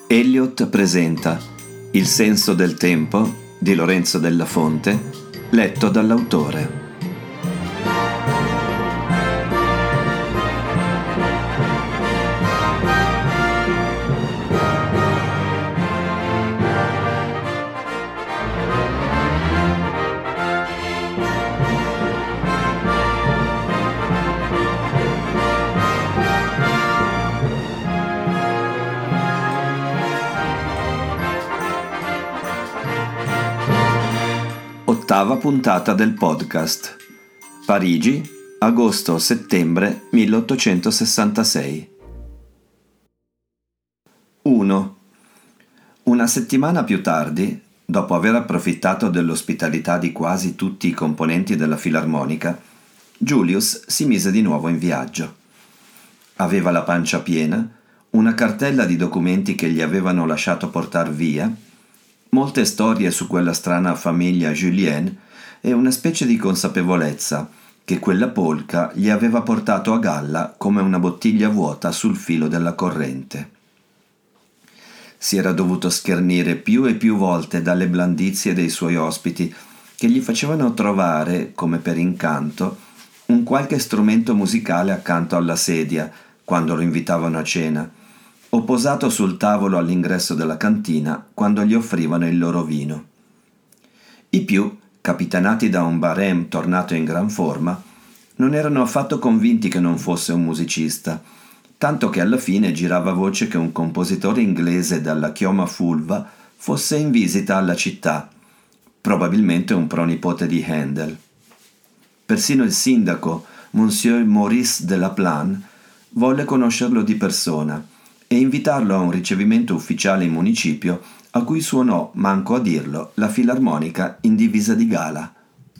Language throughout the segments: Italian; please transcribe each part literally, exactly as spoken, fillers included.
Eliot presenta Il senso del tempo di Lorenzo Della Fonte, letto dall'autore. Ottava puntata del podcast. Parigi, agosto-settembre milleottocentosessantasei. uno. Una settimana più tardi, dopo aver approfittato dell'ospitalità di quasi tutti i componenti della filarmonica, Julius si mise di nuovo in viaggio. Aveva la pancia piena, una cartella di documenti che gli avevano lasciato portar via, molte storie su quella strana famiglia Julien e una specie di consapevolezza che quella polca gli aveva portato a galla come una bottiglia vuota sul filo della corrente. Si era dovuto schernire più e più volte dalle blandizie dei suoi ospiti che gli facevano trovare, come per incanto, un qualche strumento musicale accanto alla sedia quando lo invitavano a cena, o posato sul tavolo all'ingresso della cantina quando gli offrivano il loro vino. I più, capitanati da un barème tornato in gran forma, non erano affatto convinti che non fosse un musicista, tanto che alla fine girava voce che un compositore inglese dalla chioma fulva fosse in visita alla città, probabilmente un pronipote di Handel. Persino il sindaco, Monsieur Maurice de Laplan, volle conoscerlo di persona e invitarlo a un ricevimento ufficiale in municipio a cui suonò, manco a dirlo, la filarmonica in divisa di gala.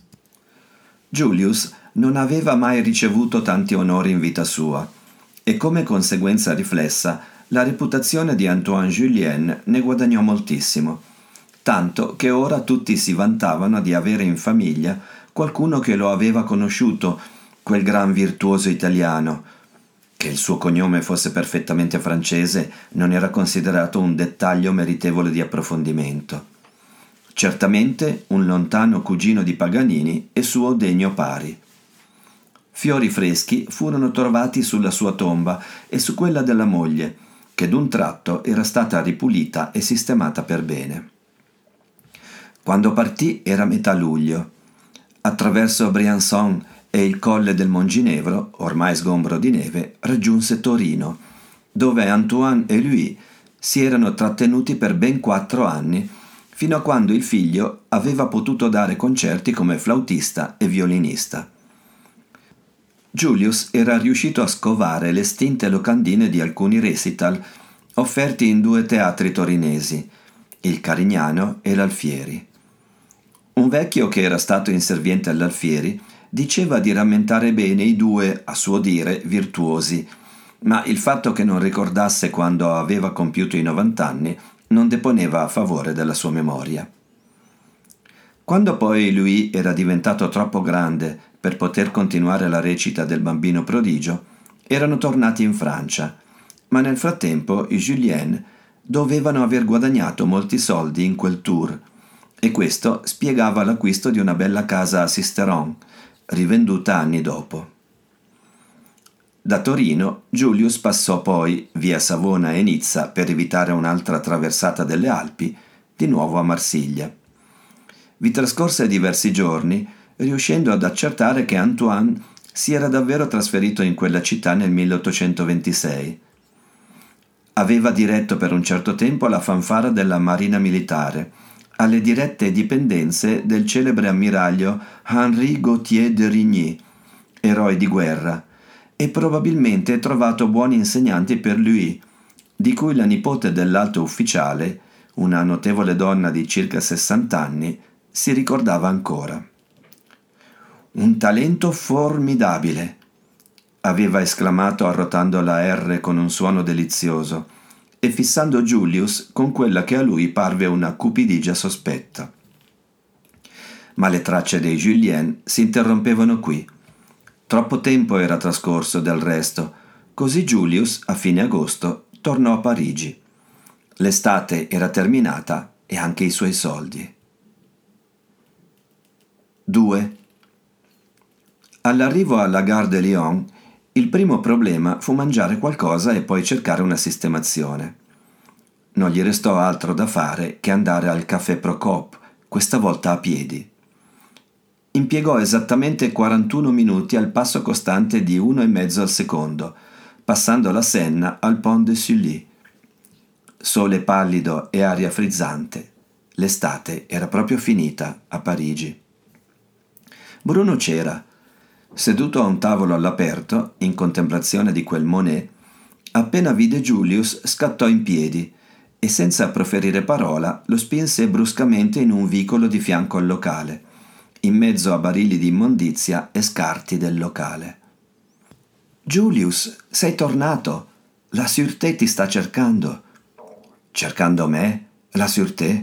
Julius non aveva mai ricevuto tanti onori in vita sua e come conseguenza riflessa la reputazione di Antoine Julien ne guadagnò moltissimo, tanto che ora tutti si vantavano di avere in famiglia qualcuno che lo aveva conosciuto, quel gran virtuoso italiano. Che il suo cognome fosse perfettamente francese non era considerato un dettaglio meritevole di approfondimento. Certamente un lontano cugino di Paganini e suo degno pari. Fiori freschi furono trovati sulla sua tomba e su quella della moglie, che d'un tratto era stata ripulita e sistemata per bene. Quando partì era metà luglio. Attraverso Briançon e il colle del Monginevro, ormai sgombro di neve, raggiunse Torino, dove Antoine e lui si erano trattenuti per ben quattro anni, fino a quando il figlio aveva potuto dare concerti come flautista e violinista. Julius era riuscito a scovare le stinte locandine di alcuni recital offerti in due teatri torinesi, il Carignano e l'Alfieri. Un vecchio che era stato inserviente all'Alfieri diceva di rammentare bene i due, a suo dire, virtuosi, ma il fatto che non ricordasse quando aveva compiuto i novant'anni non deponeva a favore della sua memoria. Quando poi lui era diventato troppo grande per poter continuare la recita del Bambino Prodigio, erano tornati in Francia, ma nel frattempo i Julien dovevano aver guadagnato molti soldi in quel tour, e questo spiegava l'acquisto di una bella casa a Sisteron, rivenduta anni dopo. Da Torino Julius passò poi, via Savona e Nizza per evitare un'altra traversata delle Alpi, di nuovo a Marsiglia. Vi trascorse diversi giorni, riuscendo ad accertare che Antoine si era davvero trasferito in quella città nel milleottocentoventisei. Aveva diretto per un certo tempo la fanfara della Marina Militare, alle dirette dipendenze del celebre ammiraglio Henri Gauthier de Rigny, eroe di guerra, e probabilmente trovato buoni insegnanti per lui, di cui la nipote dell'alto ufficiale, una notevole donna di circa sessant'anni, si ricordava ancora. «Un talento formidabile», aveva esclamato arrotando la R con un suono delizioso e fissando Julius con quella che a lui parve una cupidigia sospetta. Ma le tracce dei Julien si interrompevano qui. Troppo tempo era trascorso del resto, così Julius, a fine agosto, tornò a Parigi. L'estate era terminata e anche i suoi soldi. due. All'arrivo alla Gare de Lyon, il primo problema fu mangiare qualcosa e poi cercare una sistemazione. Non gli restò altro da fare che andare al Café Procope, questa volta a piedi. Impiegò esattamente quarantuno minuti al passo costante di uno e mezzo al secondo, passando la Senna al Pont de Sully. Sole pallido e aria frizzante. L'estate era proprio finita a Parigi. Bruno c'era. Seduto a un tavolo all'aperto, in contemplazione di quel Monet, appena vide Julius scattò in piedi e senza proferire parola lo spinse bruscamente in un vicolo di fianco al locale, in mezzo a barili di immondizia e scarti del locale. «Julius, sei tornato! La Sûreté ti sta cercando!» «Cercando me? La Sûreté?»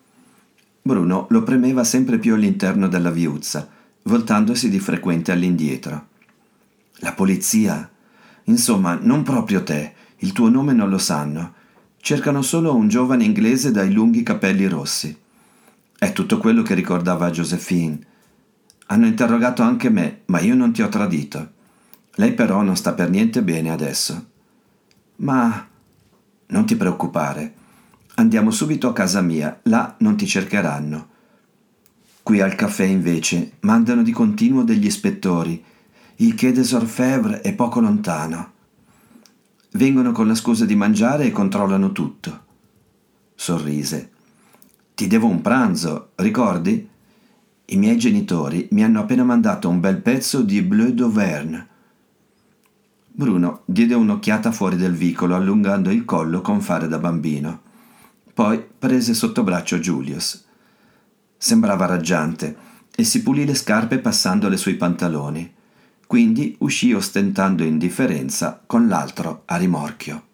Bruno lo premeva sempre più all'interno della viuzza, voltandosi di frequente all'indietro. «La polizia? Insomma, non proprio te, il tuo nome non lo sanno. Cercano solo un giovane inglese dai lunghi capelli rossi. È tutto quello che ricordava Josephine. Hanno interrogato anche me, ma io non ti ho tradito. Lei però non sta per niente bene adesso. Ma non ti preoccupare. Andiamo subito a casa mia, là non ti cercheranno. Qui al caffè, invece, mandano di continuo degli ispettori. Il Quai des Orfèvres è poco lontano. Vengono con la scusa di mangiare e controllano tutto». Sorrise. «Ti devo un pranzo, ricordi? I miei genitori mi hanno appena mandato un bel pezzo di Bleu d'Auvergne». Bruno diede un'occhiata fuori del vicolo, allungando il collo con fare da bambino. Poi prese sotto braccio Julius. Sembrava raggiante e si pulì le scarpe passandole sui pantaloni. Quindi uscì ostentando indifferenza con l'altro a rimorchio.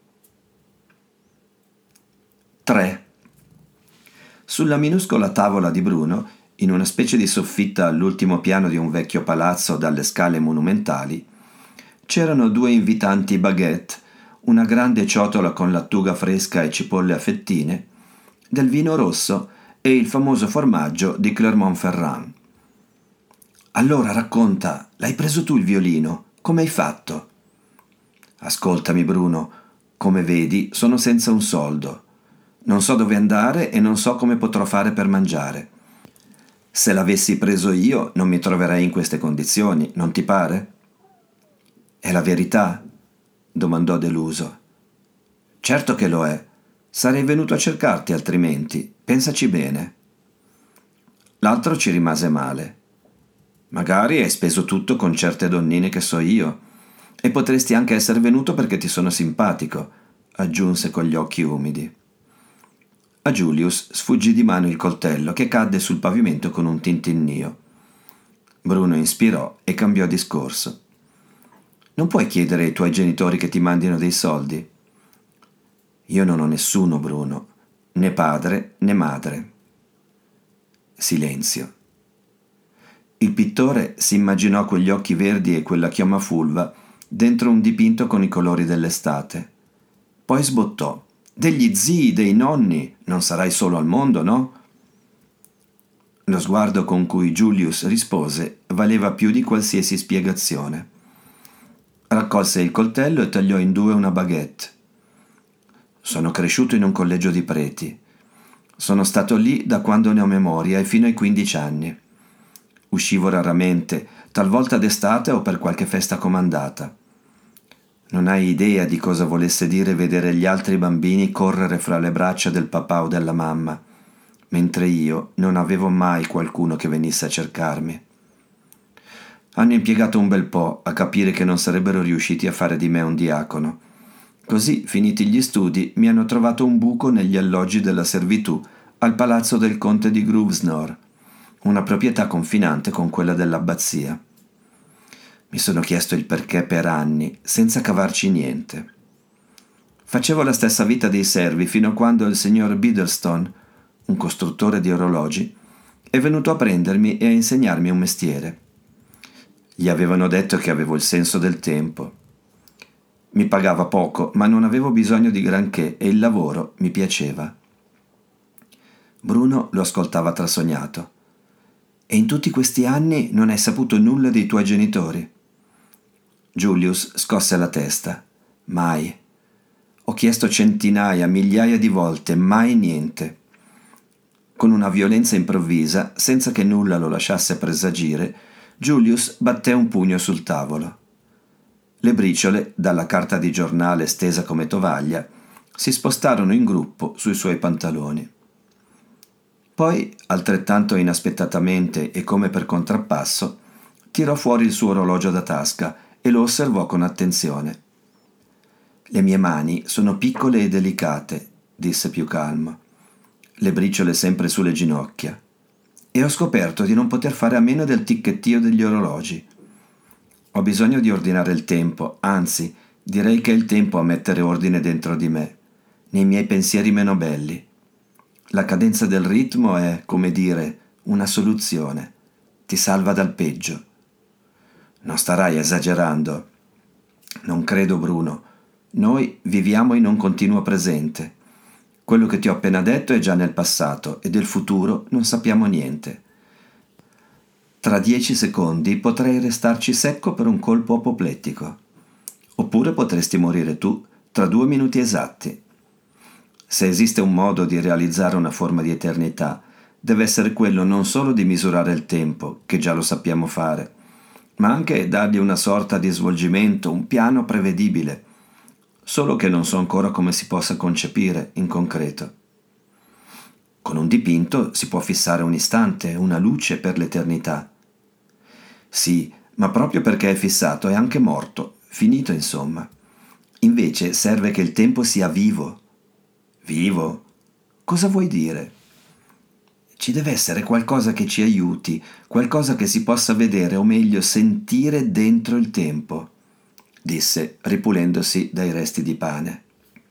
tre. Sulla minuscola tavola di Bruno, in una specie di soffitta all'ultimo piano di un vecchio palazzo dalle scale monumentali, c'erano due invitanti baguette, una grande ciotola con lattuga fresca e cipolle a fettine, del vino rosso e il famoso formaggio di Clermont-Ferrand. «Allora racconta, l'hai preso tu il violino? Come hai fatto?» «Ascoltami, Bruno, come vedi sono senza un soldo. Non so dove andare e non so come potrò fare per mangiare. Se l'avessi preso io non mi troverei in queste condizioni, non ti pare?» «È la verità?» domandò deluso. «Certo che lo è. Sarei venuto a cercarti altrimenti. Pensaci bene». L'altro ci rimase male. «Magari hai speso tutto con certe donnine che so io. E potresti anche essere venuto perché ti sono simpatico», aggiunse con gli occhi umidi. A Julius sfuggì di mano il coltello che cadde sul pavimento con un tintinnio. Bruno inspirò e cambiò discorso. «Non puoi chiedere ai tuoi genitori che ti mandino dei soldi?» «Io non ho nessuno, Bruno, né padre né madre». Silenzio. Il pittore si immaginò quegli occhi verdi e quella chioma fulva dentro un dipinto con i colori dell'estate. Poi sbottò. «Degli zii, dei nonni, non sarai solo al mondo, no?» Lo sguardo con cui Julius rispose valeva più di qualsiasi spiegazione. Raccolse il coltello e tagliò in due una baguette. «Sono cresciuto in un collegio di preti. Sono stato lì da quando ne ho memoria e fino ai quindici anni. Uscivo raramente, talvolta d'estate o per qualche festa comandata. Non hai idea di cosa volesse dire vedere gli altri bambini correre fra le braccia del papà o della mamma, mentre io non avevo mai qualcuno che venisse a cercarmi. Hanno impiegato un bel po' a capire che non sarebbero riusciti a fare di me un diacono. Così, finiti gli studi, mi hanno trovato un buco negli alloggi della servitù al palazzo del conte di Grosvenor, una proprietà confinante con quella dell'abbazia. Mi sono chiesto il perché per anni, senza cavarci niente. Facevo la stessa vita dei servi fino a quando il signor Biddlestone, un costruttore di orologi, è venuto a prendermi e a insegnarmi un mestiere. Gli avevano detto che avevo il senso del tempo. Mi pagava poco, ma non avevo bisogno di granché e il lavoro mi piaceva. Bruno lo ascoltava trasognato. E in tutti questi anni non hai saputo nulla dei tuoi genitori? Julius scosse la testa. Mai. Ho chiesto centinaia, migliaia di volte, mai niente. Con una violenza improvvisa, senza che nulla lo lasciasse presagire, Julius batté un pugno sul tavolo. Le briciole, dalla carta di giornale stesa come tovaglia, si spostarono in gruppo sui suoi pantaloni. Poi, altrettanto inaspettatamente e come per contrappasso, tirò fuori il suo orologio da tasca e lo osservò con attenzione. Le mie mani sono piccole e delicate, disse più calmo, le briciole sempre sulle ginocchia, e ho scoperto di non poter fare a meno del ticchettio degli orologi. Ho bisogno di ordinare il tempo, anzi, direi che è il tempo a mettere ordine dentro di me, nei miei pensieri meno belli. La cadenza del ritmo è, come dire, una soluzione, ti salva dal peggio. Non starai esagerando. Non credo, Bruno. Noi viviamo in un continuo presente. Quello che ti ho appena detto è già nel passato e del futuro non sappiamo niente. Tra dieci secondi potrei restarci secco per un colpo apoplettico. Oppure potresti morire tu tra due minuti esatti. Se esiste un modo di realizzare una forma di eternità, deve essere quello non solo di misurare il tempo, che già lo sappiamo fare, ma anche dargli una sorta di svolgimento, un piano prevedibile, solo che non so ancora come si possa concepire in concreto. Con un dipinto si può fissare un istante, una luce per l'eternità. Sì, ma proprio perché è fissato è anche morto, finito insomma. Invece serve che il tempo sia vivo. Vivo? Cosa vuoi dire? Ci deve essere qualcosa che ci aiuti, qualcosa che si possa vedere o meglio sentire dentro il tempo, disse ripulendosi dai resti di pane.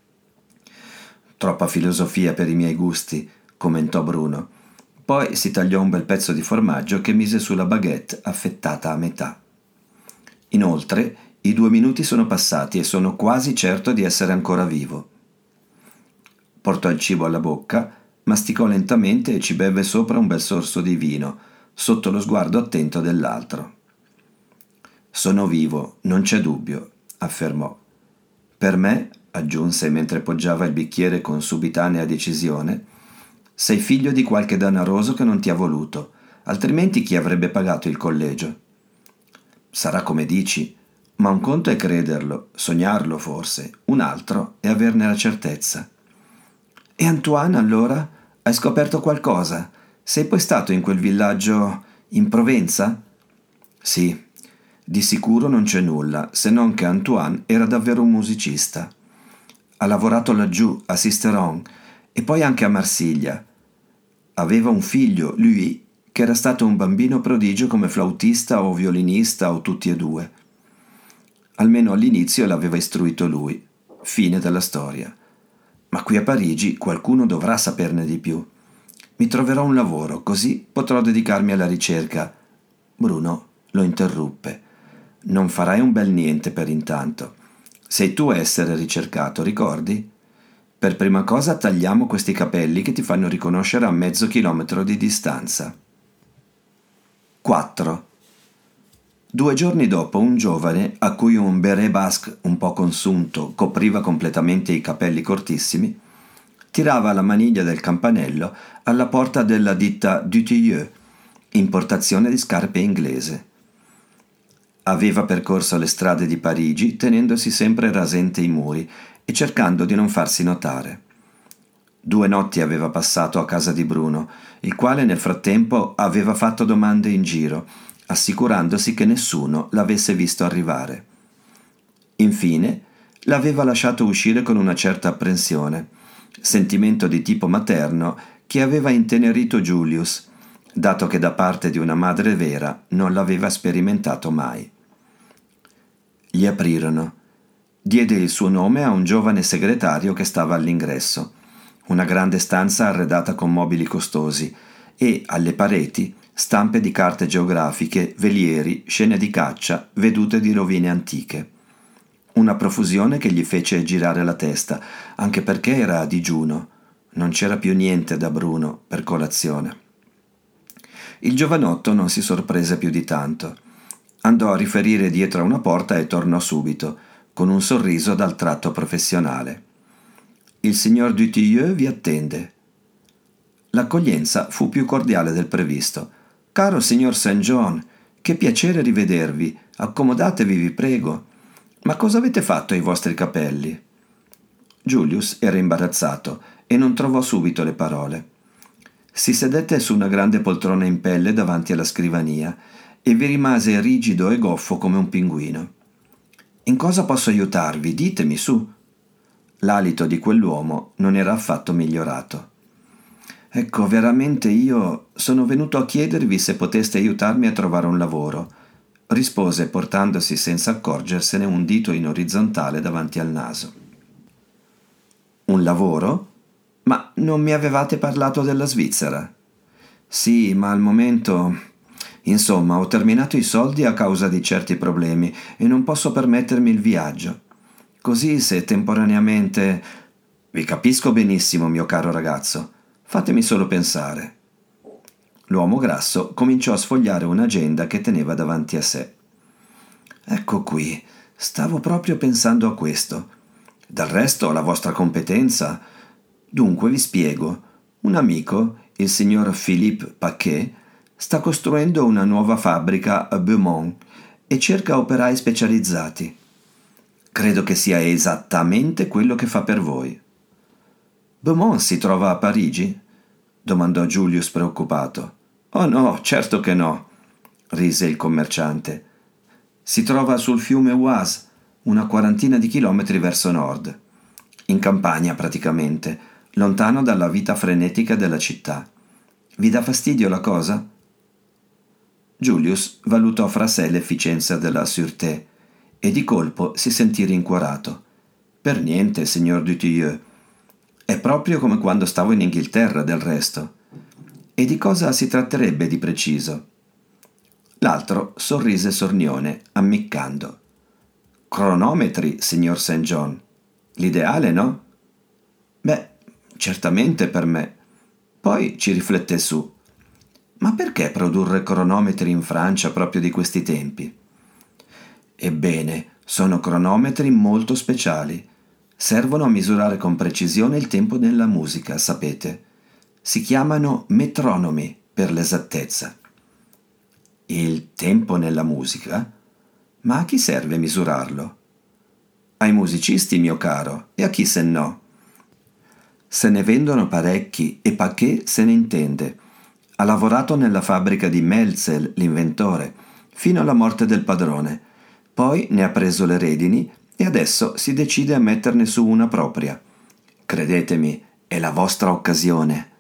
Troppa filosofia per i miei gusti, commentò Bruno. Poi si tagliò un bel pezzo di formaggio che mise sulla baguette affettata a metà. Inoltre, i due minuti sono passati e sono quasi certo di essere ancora vivo. Portò il cibo alla bocca, masticò lentamente e ci bevve sopra un bel sorso di vino, sotto lo sguardo attento dell'altro. Sono vivo, non c'è dubbio, affermò. Per me, aggiunse mentre poggiava il bicchiere con subitanea decisione, sei figlio di qualche danaroso che non ti ha voluto, altrimenti chi avrebbe pagato il collegio? Sarà come dici, ma un conto è crederlo, sognarlo forse, un altro è averne la certezza. E Antoine, allora? Hai scoperto qualcosa? Sei poi stato in quel villaggio in Provenza? Sì, di sicuro non c'è nulla, se non che Antoine era davvero un musicista. Ha lavorato laggiù, a Sisteron, e poi anche a Marsiglia. Aveva un figlio, lui, che era stato un bambino prodigio come flautista o violinista o tutti e due. Almeno all'inizio l'aveva istruito lui. Fine della storia. Ma qui a Parigi qualcuno dovrà saperne di più. Mi troverò un lavoro, così potrò dedicarmi alla ricerca. Bruno lo interruppe. Non farai un bel niente per intanto. Sei tu a essere ricercato, ricordi? Per prima cosa tagliamo questi capelli che ti fanno riconoscere a mezzo chilometro di distanza. quattro. Due giorni dopo un giovane, a cui un béret basque un po' consunto copriva completamente i capelli cortissimi, tirava la maniglia del campanello alla porta della ditta Dutilleux, importazione di scarpe inglese. Aveva percorso le strade di Parigi tenendosi sempre rasente i muri e cercando di non farsi notare. Due notti aveva passato a casa di Bruno, il quale nel frattempo aveva fatto domande in giro, assicurandosi che nessuno l'avesse visto arrivare. Infine l'aveva lasciato uscire con una certa apprensione, sentimento di tipo materno che aveva intenerito Julius, dato che da parte di una madre vera non l'aveva sperimentato mai. Gli aprirono. Diede il suo nome a un giovane segretario che stava all'ingresso, una grande stanza arredata con mobili costosi e, alle pareti, stampe di carte geografiche, velieri, scene di caccia, vedute di rovine antiche. una profusione che gli fece girare la testa, anche perché era a digiuno. Non c'era più niente da Bruno per colazione. Il giovanotto non si sorprese più di tanto. Andò a riferire dietro a una porta e tornò subito, con un sorriso dal tratto professionale. «Il signor Dutilleux vi attende». L'accoglienza fu più cordiale del previsto. «Caro signor Saint John, che piacere rivedervi. Accomodatevi, vi prego. Ma cosa avete fatto ai vostri capelli?» Julius era imbarazzato e non trovò subito le parole. Si sedette su una grande poltrona in pelle davanti alla scrivania e vi rimase rigido e goffo come un pinguino. «In cosa posso aiutarvi? Ditemi, su!» L'alito di quell'uomo non era affatto migliorato. «Ecco, veramente io sono venuto a chiedervi se poteste aiutarmi a trovare un lavoro», rispose portandosi senza accorgersene un dito in orizzontale davanti al naso. «Un lavoro? Ma non mi avevate parlato della Svizzera?» «Sì, ma al momento... Insomma, ho terminato i soldi a causa di certi problemi e non posso permettermi il viaggio. Così, se temporaneamente... Vi capisco benissimo, mio caro ragazzo. Fatemi solo pensare». L'uomo grasso cominciò a sfogliare un'agenda che teneva davanti a sé. «Ecco qui, stavo proprio pensando a questo. Del resto, la vostra competenza... Dunque, vi spiego. Un amico, il signor Philippe Paquet, sta costruendo una nuova fabbrica a Beaumont e cerca operai specializzati. Credo che sia esattamente quello che fa per voi». «Beaumont si trova a Parigi?» domandò Julius preoccupato. «Oh no, certo che no», rise il commerciante. «Si trova sul fiume Oise, una quarantina di chilometri verso nord. In campagna praticamente, lontano dalla vita frenetica della città. Vi dà fastidio la cosa?» Julius valutò fra sé l'efficienza della sûreté e di colpo si sentì rincuorato. «Per niente, signor Dutilleux. È proprio come quando stavo in Inghilterra, del resto. E di cosa si tratterebbe di preciso?» L'altro sorrise sornione, ammiccando. «Cronometri, signor Saint John. L'ideale, no?» «Beh, certamente per me». Poi ci rifletté su. «Ma perché produrre cronometri in Francia proprio di questi tempi?» «Ebbene, sono cronometri molto speciali. Servono a misurare con precisione il tempo della musica, sapete. Si chiamano metronomi, per l'esattezza». «Il tempo nella musica? Ma a chi serve misurarlo?» «Ai musicisti, mio caro, e a chi se no. Se ne vendono parecchi e Paquet se ne intende. Ha lavorato nella fabbrica di Melzel, l'inventore, fino alla morte del padrone. Poi ne ha preso le redini e adesso si decide a metterne su una propria. Credetemi, è la vostra occasione».